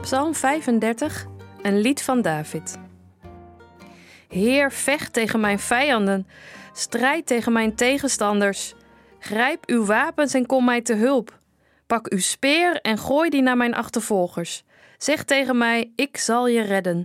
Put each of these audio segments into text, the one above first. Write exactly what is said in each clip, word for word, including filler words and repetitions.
Psalm vijfendertig, een lied van David. Heer, vecht tegen mijn vijanden, strijd tegen mijn tegenstanders. Grijp uw wapens en kom mij te hulp. Pak uw speer en gooi die naar mijn achtervolgers. Zeg tegen mij, ik zal je redden.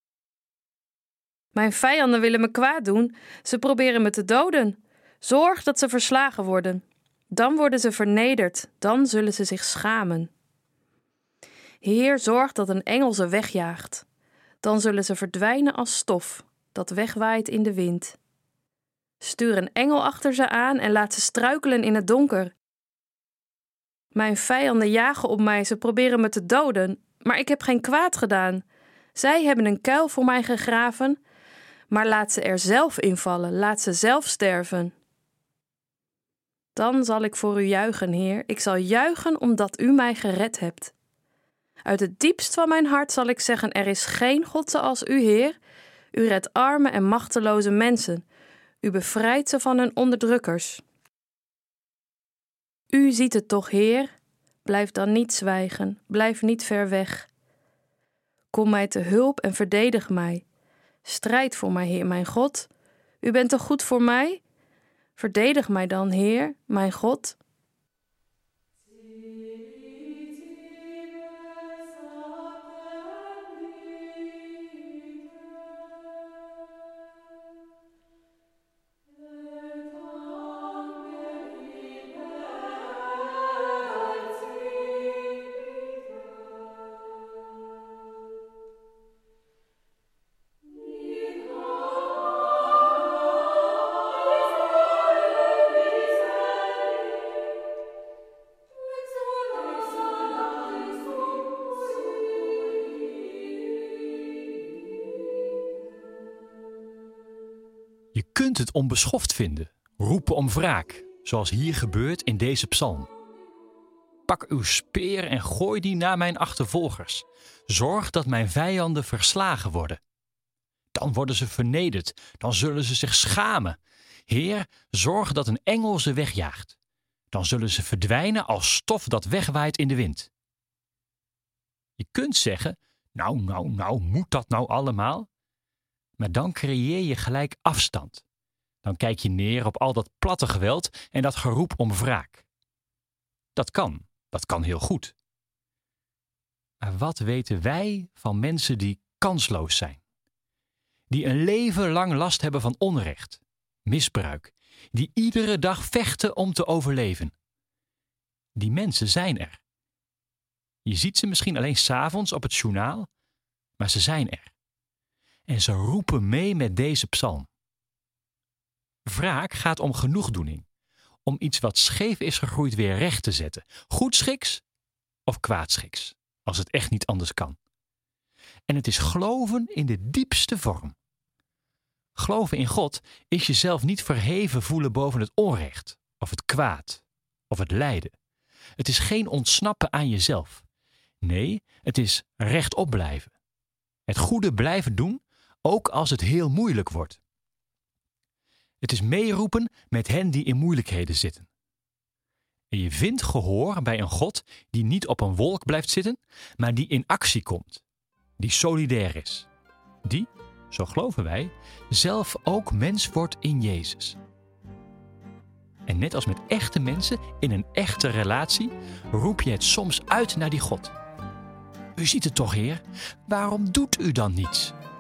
Mijn vijanden willen me kwaad doen, ze proberen me te doden. Zorg dat ze verslagen worden. Dan worden ze vernederd, dan zullen ze zich schamen. Heer, zorg dat een engel ze wegjaagt. Dan zullen ze verdwijnen als stof, dat wegwaait in de wind. Stuur een engel achter ze aan en laat ze struikelen in het donker. Mijn vijanden jagen op mij, ze proberen me te doden, maar ik heb geen kwaad gedaan. Zij hebben een kuil voor mij gegraven, maar laat ze er zelf invallen, laat ze zelf sterven. Dan zal ik voor u juichen, Heer. Ik zal juichen omdat u mij gered hebt. Uit het diepst van mijn hart zal ik zeggen, er is geen God zoals u, Heer. U redt arme en machteloze mensen. U bevrijdt ze van hun onderdrukkers. U ziet het toch, Heer? Blijf dan niet zwijgen, blijf niet ver weg. Kom mij te hulp en verdedig mij. Strijd voor mij, Heer, mijn God. U bent toch goed voor mij? Verdedig mij dan, Heer, mijn God. Je kunt het onbeschoft vinden, roepen om wraak, zoals hier gebeurt in deze psalm. Pak uw speer en gooi die naar mijn achtervolgers. Zorg dat mijn vijanden verslagen worden. Dan worden ze vernederd, dan zullen ze zich schamen. Heer, zorg dat een engel ze wegjaagt. Dan zullen ze verdwijnen als stof dat wegwaait in de wind. Je kunt zeggen, nou, nou, nou, moet dat nou allemaal? Maar dan creëer je gelijk afstand. Dan kijk je neer op al dat platte geweld en dat geroep om wraak. Dat kan, dat kan heel goed. Maar wat weten wij van mensen die kansloos zijn? Die een leven lang last hebben van onrecht, misbruik, die iedere dag vechten om te overleven. Die mensen zijn er. Je ziet ze misschien alleen 's avonds op het journaal, maar ze zijn er. En ze roepen mee met deze psalm. Wraak gaat om genoegdoening. Om iets wat scheef is gegroeid weer recht te zetten. Goedschiks of kwaadschiks. Als het echt niet anders kan. En het is geloven in de diepste vorm. Geloven in God is jezelf niet verheven voelen boven het onrecht. Of het kwaad. Of het lijden. Het is geen ontsnappen aan jezelf. Nee, het is rechtop blijven. Het goede blijven doen, ook als het heel moeilijk wordt. Het is meeroepen met hen die in moeilijkheden zitten. En je vindt gehoor bij een God die niet op een wolk blijft zitten, maar die in actie komt. Die solidair is. Die, zo geloven wij, zelf ook mens wordt in Jezus. En net als met echte mensen in een echte relatie, roep je het soms uit naar die God. U ziet het toch, Heer? Waarom doet u dan niets?